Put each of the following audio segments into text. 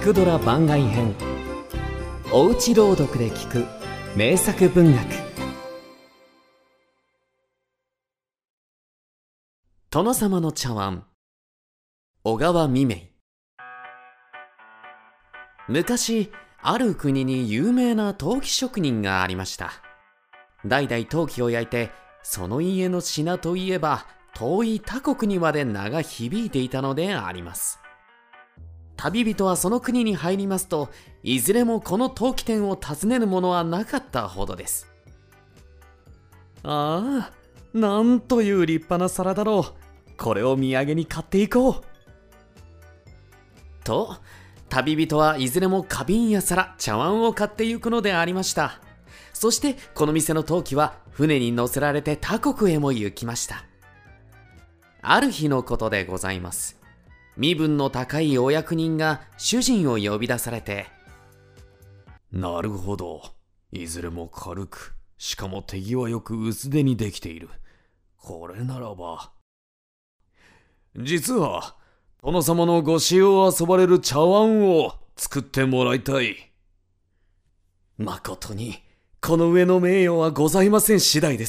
くドラ番外編、おうち朗読で聞く名作文学。殿様の茶碗、小川未明。昔、ある国に有名な陶器職人がありました。代々陶器を焼いて、その家の品といえば遠い他国にまで名が響いていたのであります。旅人はその国に入りますと、いずれもこの陶器店を訪ねるものはなかったほどです。ああ、なんという立派な皿だろう。これを土産に買っていこう。と、旅人はいずれも花瓶や皿、茶碗を買ってゆくのでありました。そしてこの店の陶器は船に乗せられて他国へも行きました。ある日のことでございます。身分の高いお役人が主人を呼び出されて、 なるほど。いずれも軽く、しかも手際よく薄手にできている。これならば。実は、殿様のご使用を遊ばれる茶碗を作ってもらいたい。 誠に、この上の名誉はございません次第です。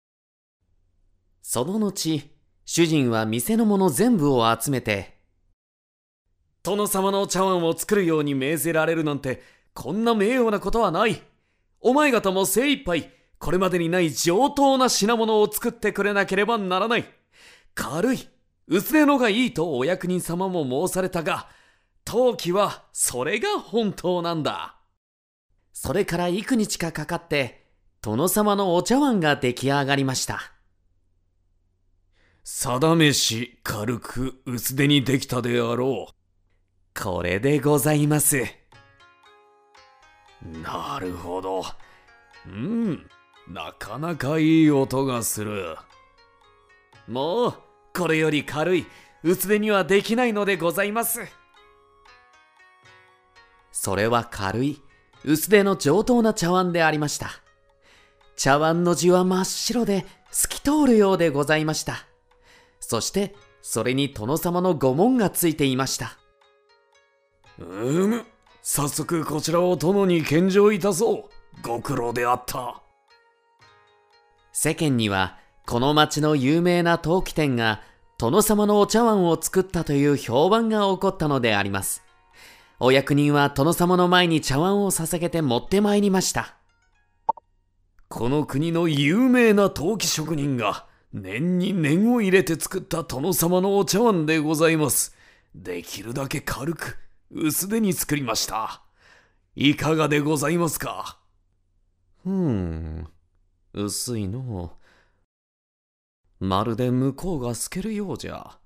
その後、主人は店のもの全部を集めて、殿様の茶碗を作るように命ぜられるなんて、こんな名誉なことはない。お前方も精一杯、これまでにない上等な品物を作ってくれなければならない。軽い、薄手のがいいとお役人様も申されたが、陶器はそれが本当なんだ。それから幾日かかかって、殿様のお茶碗が出来上がりました。 定めし軽く薄手にできたであろう。 これでございます。 なるほど。なかなかいい音がする。 もう、これより軽い、薄手にはできないのでございます。それは軽い、薄手の上等な茶碗でありました。茶碗の地は真っ白で透き通るようでございました。そしてそれに殿様の御紋がついていました。 早速こちらを殿に献上いたそう。ご苦労であった。 世間にはこの町の有名な陶器店が殿様のお茶碗を作ったという評判が起こったのであります。お役人は殿様の前に茶碗を捧げて持ってまいりました。 この国の有名な陶器職人が念に念を入れて作った殿様のお茶碗でございます。できるだけ軽く薄手に作りました。いかがでございますか？ 薄いのう。まるで向こうが透けるようじゃ。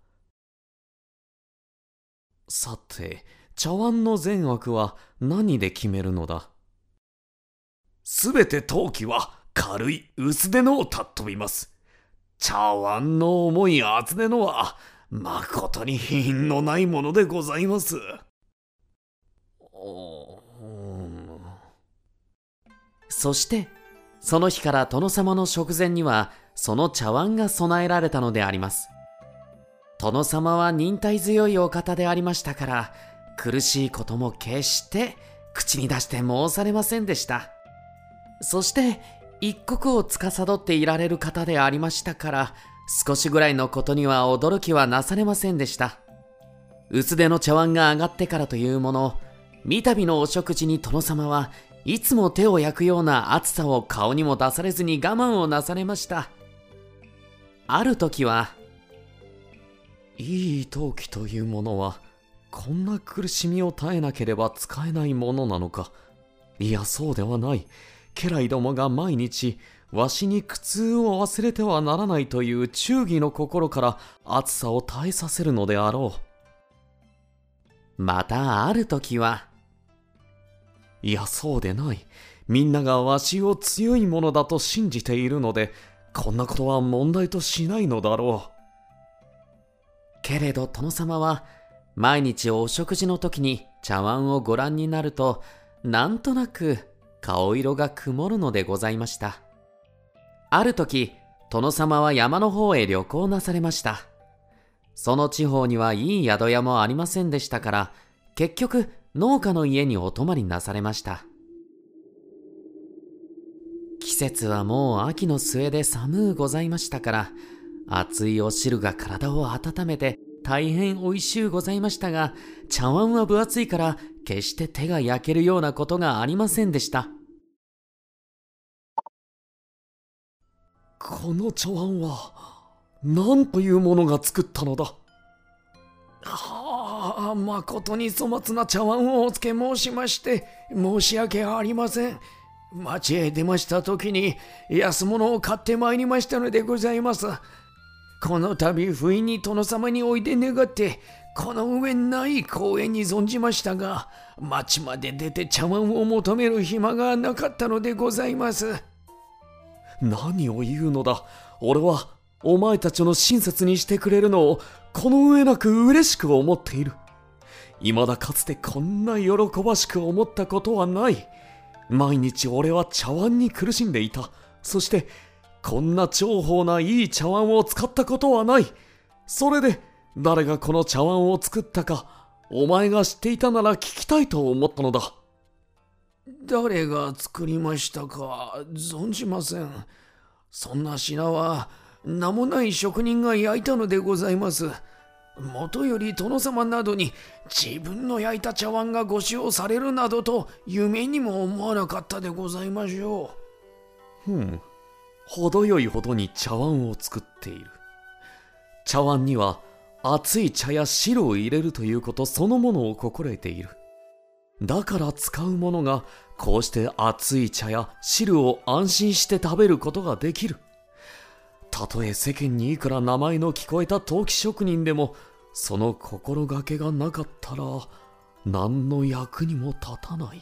さて、茶碗の善悪は何で決めるのだ？ すべて陶器は軽い薄手のを尊びます。茶碗の重い厚手のは誠に品のないものでございます。 そしてその日から殿様の食前にはその茶碗が備えられたのであります。殿様は忍耐強いお方でありましたから、苦しいことも決して口に出して申されませんでした。そして一国を司っていられる方でありましたから、少しぐらいのことには驚きはなされませんでした。薄手の茶碗が上がってからというもの、三度のお食事に殿様はいつも手を焼くような熱さを顔にも出されずに我慢をなされました。ある時は、いい陶器というものはこんな苦しみを耐えなければ使えないものなのか。いや、そうではない。家来どもが毎日わしに苦痛を忘れてはならないという忠義の心から暑さを耐えさせるのであろう。またある時は、いや、そうでない。みんながわしを強いものだと信じているので、こんなことは問題としないのだろう。けれど殿様は毎日お食事の時に茶碗をご覧になると、なんとなく顔色が曇るのでございました。ある時、殿様は山の方へ旅行なされました。その地方にはいい宿屋もありませんでしたから、結局農家の家にお泊まりなされました。季節はもう秋の末で寒うございましたから、熱いお汁が体を温めて大変おいしゅうございましたが、茶碗は分厚いから決して手が焼けるようなことがありませんでした。 この茶碗は何というものが作ったのだ。誠に粗末な茶碗をお付け申しまして申し訳ありません。町へ出ました時に安物を買ってまいりましたのでございます。この度不意に殿様においで願ってこの上ない光栄に存じましたが、町まで出て茶碗を求める暇がなかったのでございます。 何を言うのだ。俺はお前たちの親切にしてくれるのをこの上なく嬉しく思っている。未だかつてこんな喜ばしく思ったことはない。毎日俺は茶碗に苦しんでいた。そしてこんな重宝ないい茶碗を使ったことはない。それで誰がこの茶碗を作ったかお前が知っていたなら聞きたいと思ったのだ。 誰が作りましたか存じません。そんな品は名もない職人が焼いたのでございます。もとより殿様などに自分の焼いた茶碗がご使用されるなどと夢にも思わなかったでございましょう。程よいほどに茶碗を作っている。茶碗には熱い茶や汁を入れるということそのものを心得ている。だから使う者がこうして熱い茶や汁を安心して食べることができる。たとえ世間にいくら名前の聞こえた陶器職人でもその心がけがなかったら何の役にも立たない。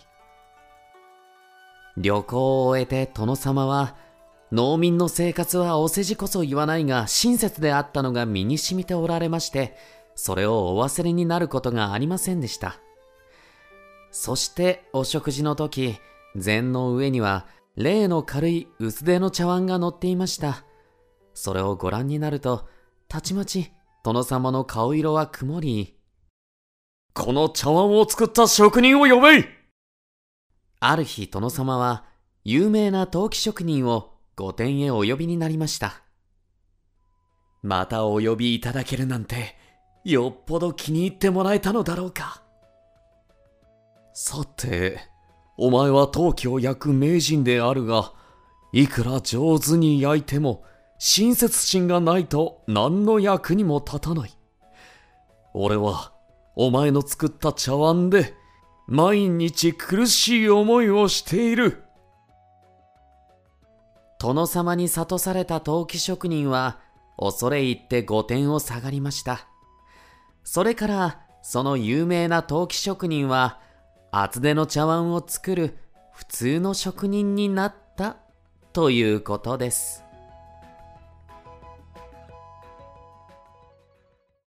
旅行を終えて殿様は農民の生活はお世辞こそ言わないが親切であったのが身に染みておられまして、それをお忘れになることがありませんでした。そしてお食事の時、膳の上には例の軽い薄手の茶碗が乗っていました。それをご覧になると、たちまち殿様の顔色は曇り、 この茶碗を作った職人を呼べい。 ある日殿様は有名な陶器職人を御殿へお呼びになりました。 またお呼びいただけるなんてよっぽど気に入ってもらえたのだろうか。 さて、お前は陶器を焼く名人であるが、いくら上手に焼いても親切心がないと何の役にも立たない。俺はお前の作った茶碗で毎日苦しい思いをしている。殿様に諭された陶器職人は恐れ入って御殿を下がりました。それからその有名な陶器職人は厚手の茶碗を作る普通の職人になったということです。